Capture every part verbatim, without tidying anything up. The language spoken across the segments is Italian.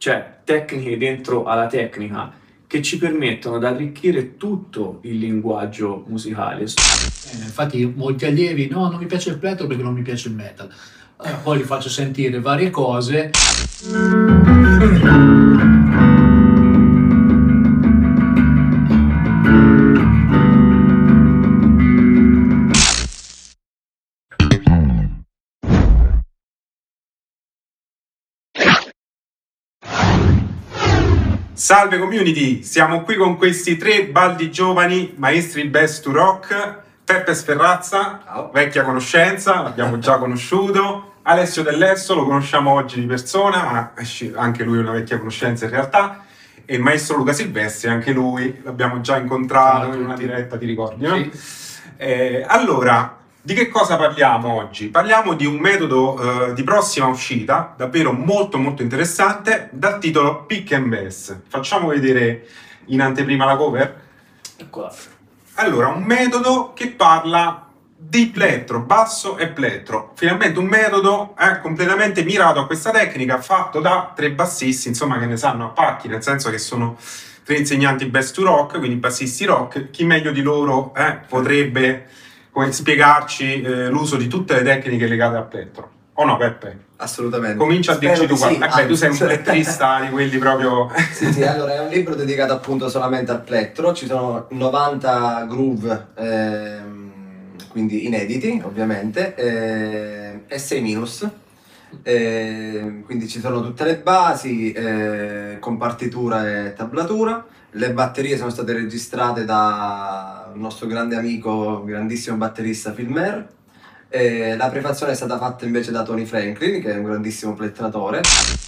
cioè tecniche dentro alla tecnica che ci permettono di arricchire tutto il linguaggio musicale. Eh, infatti molti allievi, no, non mi piace il plettro perché non mi piace il metal. Eh, poi li faccio sentire varie cose. Salve community, siamo qui con questi tre baldi giovani maestri best to rock. Peppe Sferrazza, Ciao. Vecchia conoscenza, l'abbiamo già conosciuto. Alessio Dell'Esso, lo conosciamo oggi di persona, ma anche lui è una vecchia conoscenza in realtà. E il maestro Luca Silvestri, anche lui, l'abbiamo già incontrato in una diretta, ti ricordi, no? Sì. Eh, allora, di che cosa parliamo oggi? Parliamo di un metodo eh, di prossima uscita, davvero molto molto interessante, dal titolo Pick and Bass. Facciamo vedere in anteprima la cover? Eccola. Allora, un metodo che parla di plettro, basso e plettro. Finalmente un metodo eh, completamente mirato a questa tecnica, fatto da tre bassisti, insomma, che ne sanno a pacchi, nel senso che sono tre insegnanti best to rock, quindi bassisti rock. Chi meglio di loro eh, potrebbe come, spiegarci eh, l'uso di tutte le tecniche legate al plettro? O no, Peppe? Assolutamente. Comincia a dirci tu, sì, guarda, tu sei un plettrista di quelli proprio... Sì, sì, allora è un libro dedicato appunto solamente al plettro, ci sono novanta groove, ehm, quindi inediti ovviamente, eh, e sei minus, eh, quindi ci sono tutte le basi eh, con partitura e tablatura. Le batterie sono state registrate da un nostro grande amico, grandissimo batterista Phil Maher. Eh, la prefazione è stata fatta invece da Tony Franklin, che è un grandissimo plettratore.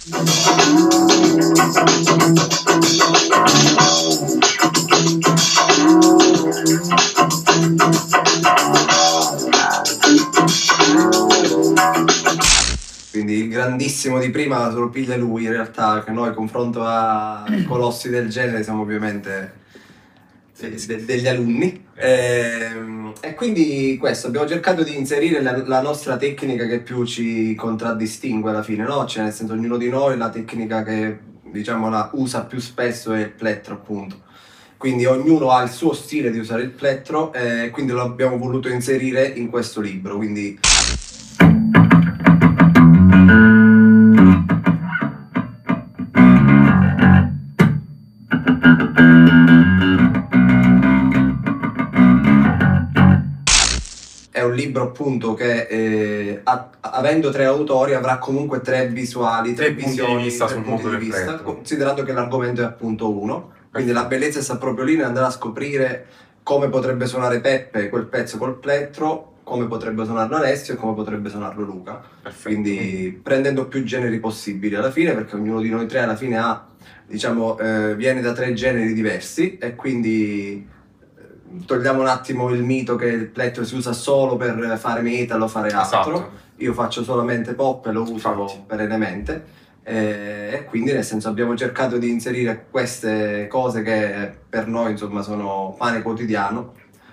Quindi il grandissimo di prima solo piglia lui, in realtà, che noi confronto a colossi del genere siamo ovviamente de- degli alunni. E, e quindi questo, abbiamo cercato di inserire la, la nostra tecnica che più ci contraddistingue alla fine, no? Cioè nel senso, ognuno di noi la tecnica che diciamo la usa più spesso è il plettro, appunto. Quindi ognuno ha il suo stile di usare il plettro e quindi lo abbiamo voluto inserire in questo libro, quindi... È un libro appunto che eh, a, avendo tre autori avrà comunque tre visuali, tre, Tre punti visioni, di vista tre sul punti mondo di del vista, plettro. considerando che l'argomento è appunto uno. Quindi la bellezza sta proprio lì nell'andare a scoprire come potrebbe suonare Peppe quel pezzo col plettro, come potrebbe suonarlo Alessio e come potrebbe suonarlo Luca. Perfetto. Quindi prendendo più generi possibili alla fine, perché ognuno di noi tre alla fine ha, diciamo, eh, viene da tre generi diversi e quindi eh, togliamo un attimo il mito che il plettro si usa solo per fare metal o fare altro. Esatto. Io faccio solamente pop e lo uso Infatti. perennemente. Eh, e quindi nel senso abbiamo cercato di inserire queste cose che per noi insomma sono pane quotidiano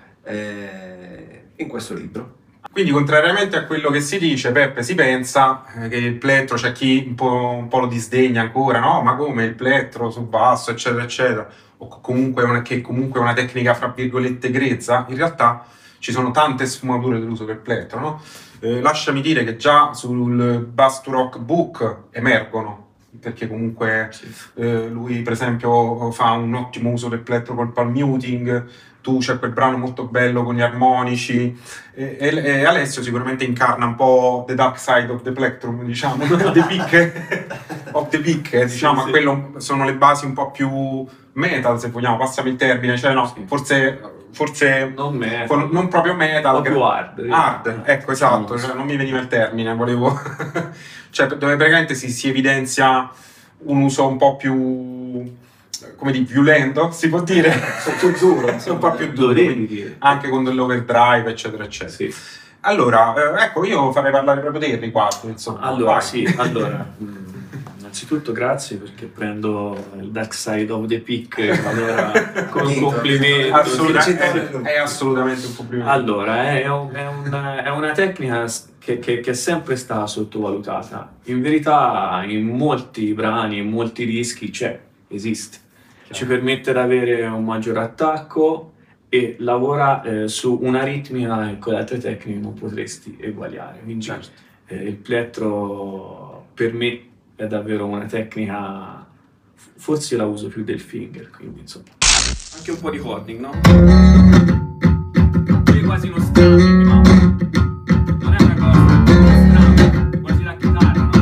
eh, in questo libro. Quindi, contrariamente a quello che si dice, Peppe, si pensa eh, che il plettro, c'è chi un po', un po' lo disdegna ancora, no? Ma come il plettro sul basso, eccetera, eccetera, o comunque una, che comunque è una tecnica fra virgolette grezza. In realtà ci sono tante sfumature dell'uso del plettro, no? Eh, lasciami dire che già sul Bass to Rock Book emergono, perché comunque eh, lui per esempio fa un ottimo uso del plettro col palm muting. Tu c'è quel brano molto bello con gli armonici e, e, e Alessio sicuramente incarna un po' the dark side of the plectrum, diciamo, the pick of the pick, diciamo, Sì, sì. quello sono le basi un po' più metal, se vogliamo, passami il termine, cioè no, Sì. forse, forse Non metal. con- non proprio metal, Un po' più hard, diciamo. hard, ecco, esatto, Sì. cioè, non mi veniva il termine, volevo cioè dove praticamente si, si evidenzia un uso un po' più, come dire, violento, si può dire, Più duro, un po' più duro, Dovevi quindi dire. anche con dell'overdrive, eccetera, eccetera. Sì. Allora, eh, ecco, io farei parlare proprio te il riguardo, insomma. Allora, vai. sì, allora, mh, innanzitutto grazie perché prendo il Dark Side of the Peak allora, come un Vinto, complimento. Assolutamente, è, è assolutamente un complimento. Allora, è, un- è una, è una tecnica che, che- che è sempre stata sottovalutata. In verità, in molti brani, in molti dischi c'è, esiste. Ci permette di avere un maggior attacco e lavora eh, su una ritmica che con le altre tecniche non potresti eguagliare. Quindi Certo. eh, il plettro per me è davvero una tecnica, f- forse la uso più del finger, quindi insomma. Anche un po' di chording, no? Qui è quasi uno strumming, no? Non è una cosa, è uno strumming, quasi la chitarra, no?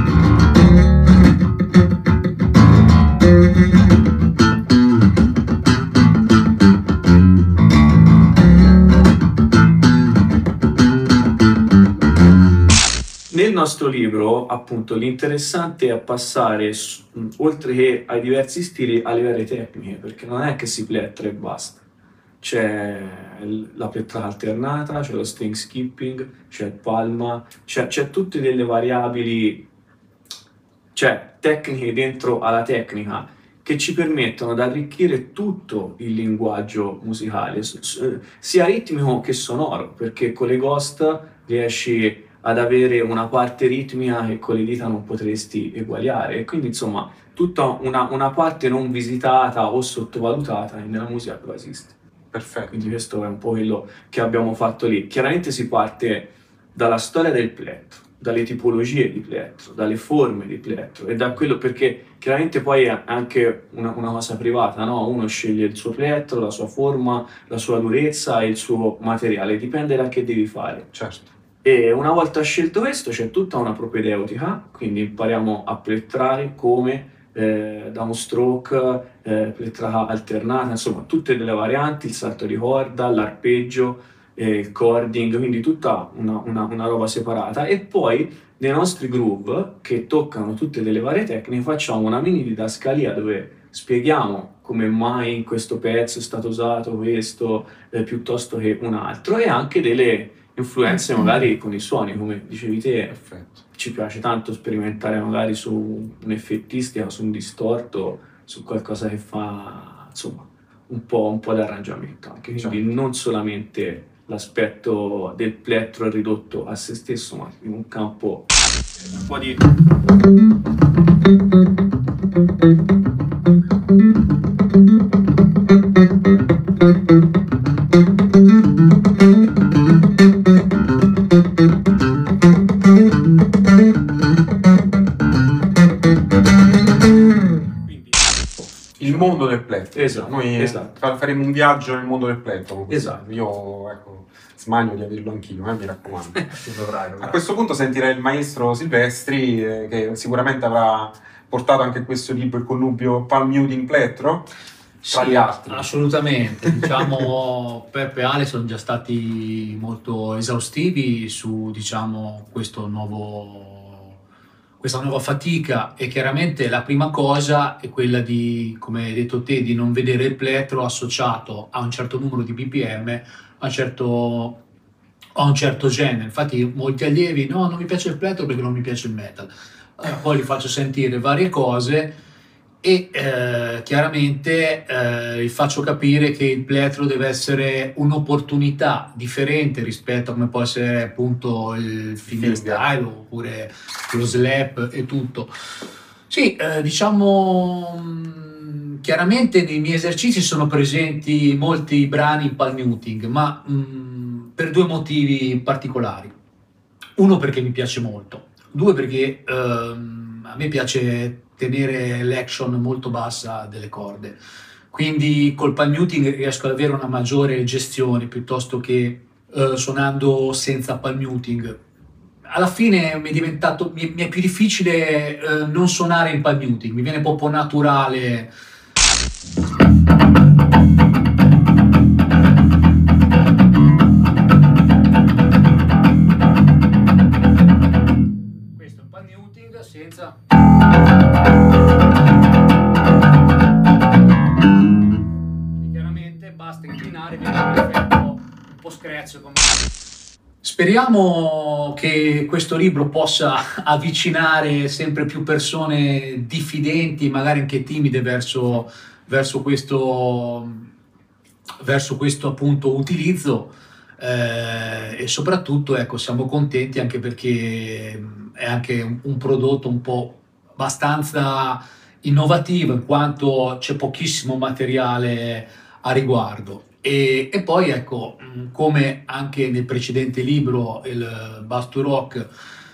Nel nostro libro, appunto, l'interessante è passare, s- mh, oltre che ai diversi stili, alle varie tecniche, perché non è che si plettra e basta. C'è l- la plettrata alternata, c'è lo string skipping, c'è il palma, c'è, c'è tutte delle variabili, cioè tecniche dentro alla tecnica che ci permettono di arricchire tutto il linguaggio musicale, s- s- sia ritmico che sonoro, perché con le Ghost riesci ad avere una parte ritmica che con le dita non potresti eguagliare, e quindi insomma tutta una, una parte non visitata o sottovalutata che nella musica però esiste. Perfetto. Quindi questo è un po' quello che abbiamo fatto lì. Chiaramente si parte dalla storia del plettro, dalle tipologie di plettro, dalle forme di plettro e da quello, perché chiaramente poi è anche una, una cosa privata, no? Uno sceglie il suo plettro, la sua forma, la sua durezza e il suo materiale, dipende da che devi fare. Certo. E una volta scelto questo c'è tutta una propedeutica, quindi impariamo a plettrare come eh, da un stroke, eh, plettrata alternata, insomma tutte delle varianti, il salto di corda, l'arpeggio, eh, il chording, quindi tutta una, una- una roba separata. E poi nei nostri groove, che toccano tutte delle varie tecniche, facciamo una mini didascalia dove spieghiamo come mai in questo pezzo è stato usato questo eh, piuttosto che un altro, e anche delle influenze magari con i suoni, come dicevi te. Perfetto. Ci piace tanto sperimentare magari su un'effettistica, su un distorto, su qualcosa che fa insomma un po', un po' di arrangiamento anche, quindi Certo. non solamente l'aspetto del plettro ridotto a se stesso, ma in un campo un po' di... Quindi, Il mondo del plettro. Esatto, Noi esatto. fa- faremo un viaggio nel mondo del plettro. Esatto. Io ecco, smanio di averlo anch'io, eh, mi raccomando. Tu dovrai, A dovrai. questo punto sentirei il maestro Silvestri, eh, che sicuramente avrà portato anche questo libro, il connubio Palm Muting Plettro, tra Sì, gli altri. assolutamente. Diciamo, Peppe e Ale sono già stati molto esaustivi su, diciamo, questo nuovo, questa nuova fatica, e chiaramente la prima cosa è quella di, come hai detto te, di non vedere il plettro associato a un certo numero di B P M, a un certo, a un certo genere. Infatti molti allievi, no, non mi piace il plettro perché non mi piace il metal. Eh, poi gli faccio sentire varie cose e eh, chiaramente eh, gli faccio capire che il plettro deve essere un'opportunità differente rispetto a come può essere appunto il fingerstyle oppure lo slap e tutto. Sì, eh, diciamo, mh, chiaramente nei miei esercizi sono presenti molti brani in palm muting, ma mh, per due motivi particolari. Uno, perché mi piace molto. Due, perché ehm, a me piace tenere l'action molto bassa delle corde. Quindi col palm muting riesco ad avere una maggiore gestione piuttosto che eh, suonando senza palm muting. Alla fine mi è diventato, mi, mi è più difficile eh, non suonare in palm muting, mi viene proprio naturale. Questo è un palm muting senza. E chiaramente basta inclinare, viene un effetto un po' screzio come. Speriamo speriamo che questo libro possa avvicinare sempre più persone diffidenti, magari anche timide, verso, verso questo, verso questo appunto utilizzo, eh, e soprattutto ecco, siamo contenti anche perché è anche un, un prodotto un po' abbastanza innovativo, in quanto c'è pochissimo materiale a riguardo. E, e poi ecco, come anche nel precedente libro, il Bus to Rock,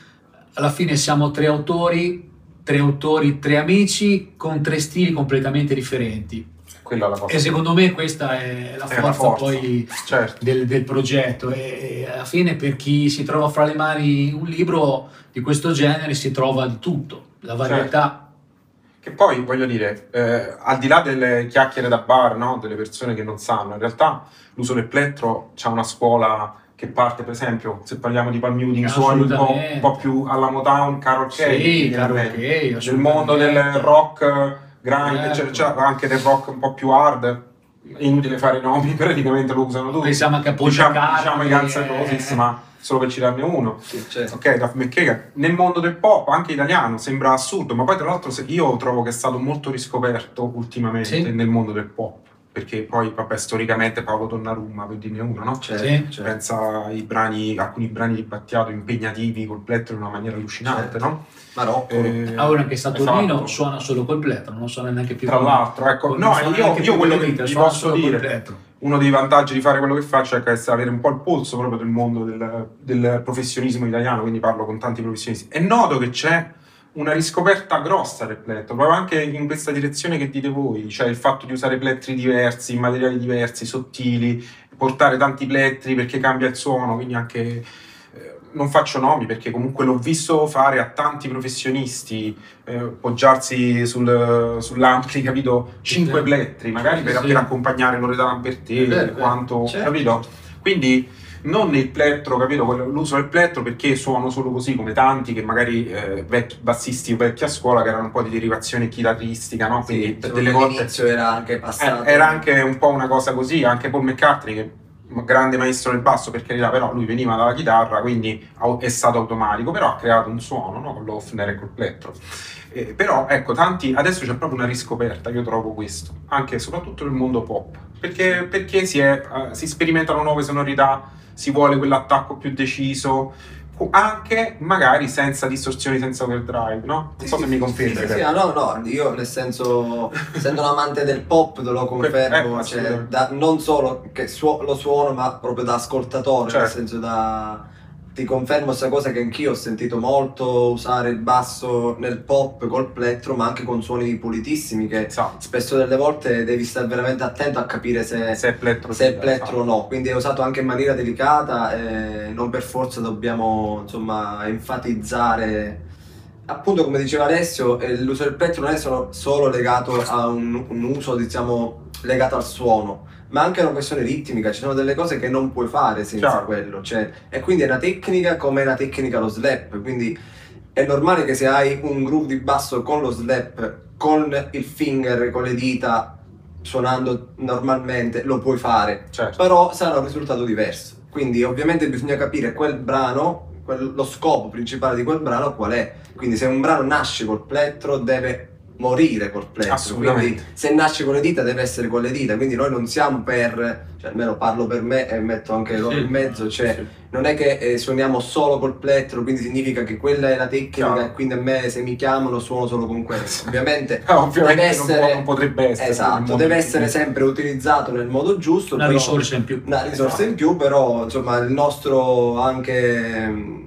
alla fine siamo tre autori, tre autori, tre amici con tre stili completamente differenti. Quella è la cosa. E secondo me questa è la È forza, la forza, poi certo. del, del progetto. E, e alla fine, per chi si trova fra le mani un libro di questo genere, si trova di tutto, la varietà. Certo. Che poi, voglio dire, eh, al di là delle chiacchiere da bar, no? Delle persone che non sanno, in realtà l'uso del plettro c'ha una scuola che parte, per esempio, se parliamo di palm muting, suoni un po', un po' più alla Motown, Carol Kay, sì, Carol Kay, del mondo del rock grande, certo. cioè, cioè, anche del rock un po' più hard. È inutile fare i nomi, praticamente lo usano tutti. Pensiamo anche a Paul diciamo, McCartney, diciamo i Guns N' eh. Roses, ma solo per citarne uno. Sì, certo. Ok, Duff McKagan. Nel mondo del pop, anche italiano, sembra assurdo, ma poi tra l'altro se- io trovo che è stato molto riscoperto ultimamente Sì. nel mondo del pop, perché poi, vabbè, storicamente Paolo Donnarumma, per dirne uno, no? Certo, Sì. certo. Pensa ai brani, alcuni brani di Battiato impegnativi col plettro in una maniera allucinante, Certo. no? Marocco. Eh, Ora che Saturnino esatto. suona solo col plettro, non suona neanche più Tra con- l'altro, ecco, con- no, non suona io, neanche io più quello con le che dita, vi suona posso solo col dire, plettro. uno dei vantaggi di fare quello che faccio è che è avere un po' il polso proprio del mondo del, del professionismo italiano, quindi parlo con tanti professionisti, e noto che c'è una riscoperta grossa del plettro, proprio anche in questa direzione che dite voi, cioè il fatto di usare plettri diversi, materiali diversi, sottili, portare tanti plettri perché cambia il suono, quindi anche... eh, non faccio nomi perché comunque l'ho visto fare a tanti professionisti, eh, poggiarsi sul, sull'ampli, capito? Cinque Sì. plettri, magari per, Sì. per accompagnare Loredana È Bertè, vero, quanto, certo. capito? Quindi non il plettro, capito? Quello- L'uso del plettro perché suono solo così, come tanti che magari eh, vecchi bassisti o vecchi a scuola che erano un po' di derivazione chitarristica, no? Quindi Sì, per delle delle volte all'inizio era anche passato. eh, era anche un po' una cosa così, anche Paul McCartney, che un grande maestro del basso, per carità, però lui veniva dalla chitarra, quindi au- è stato automatico, però ha creato un suono, no? Con l'Hofner e col plettro. Eh, però ecco, tanti, adesso c'è proprio una riscoperta, io trovo questo, anche e soprattutto nel mondo pop, perché, perché si, è, eh, si sperimentano nuove sonorità, si vuole quell'attacco più deciso, anche magari senza distorsioni, senza overdrive, no? Non so se mi confermi. Sì, sì, sì, ah, no, no, io nel senso, essendo un amante del pop, te lo confermo, Eh, cioè, assolutamente. da- non solo che suo- lo suono, ma proprio da ascoltatore, nel Certo. senso da... Ti confermo questa cosa che anch'io ho sentito molto usare il basso nel pop col plettro, ma anche con suoni pulitissimi, che Esatto. spesso delle volte devi stare veramente attento a capire se, Se è plettro, se è sì, plettro esatto. o no, quindi è usato anche in maniera delicata e non per forza dobbiamo insomma enfatizzare. Appunto, come diceva Alessio, eh, l'uso del plettro non è solo, solo legato a un, un uso, diciamo, legato al suono, ma anche a una questione ritmica. Ci sono delle cose che non puoi fare senza Chiaro. quello, cioè, e quindi è una tecnica come è una tecnica lo slap, quindi è normale che se hai un groove di basso con lo slap, con il finger, con le dita, suonando normalmente, lo puoi fare, Certo. però sarà un risultato diverso. Quindi ovviamente bisogna capire quel brano, quel- lo scopo principale di quel brano qual è. Quindi se un brano nasce col plettro deve morire col plettro, Assolutamente. quindi se nasce con le dita deve essere con le dita, quindi noi non siamo per, cioè almeno parlo per me e metto anche loro Sì. in mezzo, cioè Sì. non è che eh, suoniamo solo col plettro, quindi significa che quella è la tecnica Chiaro. e quindi a me se mi chiamano suono solo con quello. Ovviamente Ah, ovviamente deve non, essere, può- non potrebbe essere. nel esatto, mondo deve del essere business. sempre utilizzato nel modo giusto, Una però- risorsa in più. una risorsa in più, però insomma il nostro anche mh,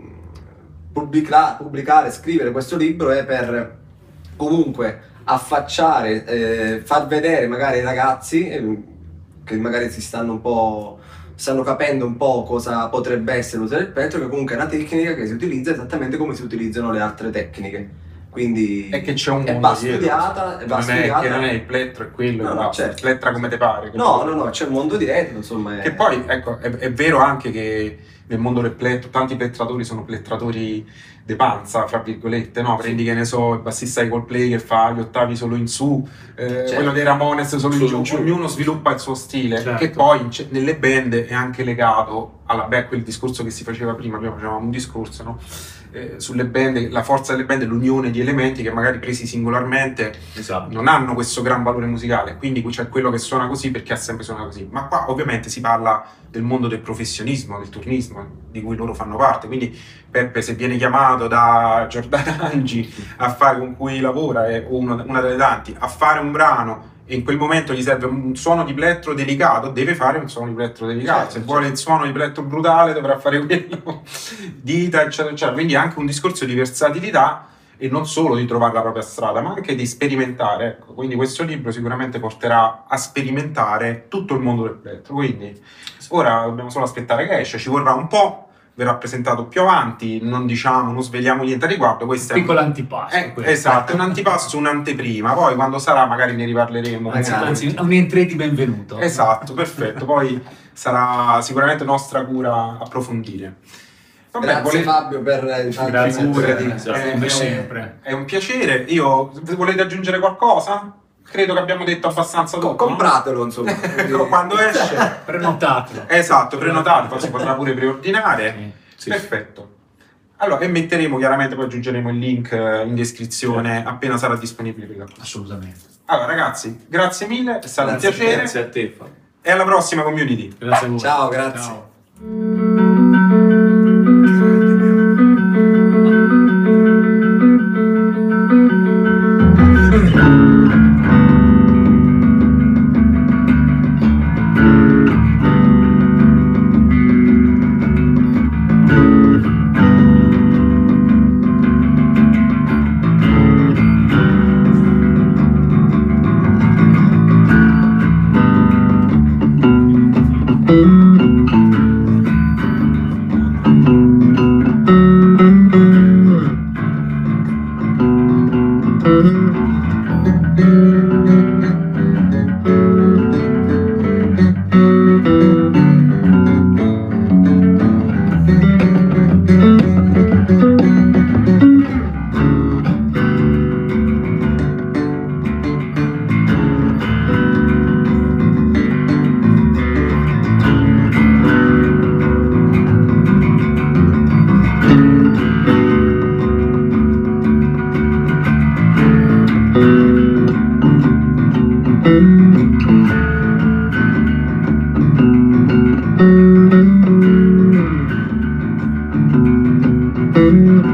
pubblica- pubblicare, scrivere questo libro è per comunque affacciare, eh, far vedere magari ai ragazzi eh, che magari si stanno un po' stanno capendo un po' cosa potrebbe essere l'uso del plettro, che comunque è una tecnica che si utilizza esattamente come si utilizzano le altre tecniche, quindi È che c'è un e mondo va dietro. studiata, e va non è, studiata. che non è il plettro, è quello, No, e no, basta. certo. Plettra come te pare. no no no c'è un mondo dietro, insomma, è- Che poi, ecco, è, è vero anche che nel mondo del plettro, tanti plettratori sono plettratori de panza, fra virgolette, no? Prendi che ne so, il bassista di Coldplay che fa gli ottavi solo in su, eh, Certo. quello dei Ramones solo in Solo giù, in giù. ognuno sviluppa il suo stile, Certo. che poi in ce- nelle band è anche legato alla beh, quel discorso che si faceva prima, prima facevamo un discorso, no? Eh, sulle band, la forza delle band è l'unione di elementi che magari presi singolarmente Esatto. non hanno questo gran valore musicale, quindi c'è quello che suona così perché ha sempre suonato così. Ma qua ovviamente si parla del mondo del professionismo, del turnismo, di cui loro fanno parte. Quindi Peppe, se viene chiamato da Giordano Angi a fare con cui lavora, è una, una delle tanti, a fare un brano e in quel momento gli serve un suono di plettro delicato, deve fare un suono di plettro delicato. Certo, se certo. vuole il suono di plettro brutale dovrà fare quello, dita, eccetera, eccetera. Quindi è anche un discorso di versatilità e non solo di trovare la propria strada, ma anche di sperimentare. Ecco. Quindi questo libro sicuramente porterà a sperimentare tutto il mondo del plettro. Quindi ora dobbiamo solo aspettare che esce, ci vorrà un po', verrà presentato più avanti, non diciamo, non sveliamo niente a riguardo. Questo è Piccolo un, antipasto. eh, questo. esatto, è un antipasto, un'anteprima, poi quando sarà magari ne riparleremo. Magari. Anzi, un entrée di benvenuto. Esatto, perfetto, poi sarà sicuramente nostra cura approfondire. Vabbè, Grazie vole- Fabio per intanto Grazie a te, figurati. esatto. Eh, come è- sempre. È un piacere. Io volete aggiungere qualcosa? Credo che abbiamo detto abbastanza Co- tutto. no? compratelo insomma. Ecco, quando esce. Prenotatelo. Esatto, prenotate, poi si potrà pure preordinare. Sì. Sì. Perfetto. Allora, e metteremo chiaramente, poi aggiungeremo il link eh, in descrizione appena sarà disponibile per la- Assolutamente. Allora, ragazzi, grazie mille, è stato Grazie, un piacere. Grazie a te, Fabio. E alla prossima community. Grazie a voi. Ciao, grazie. Ciao. Thank you.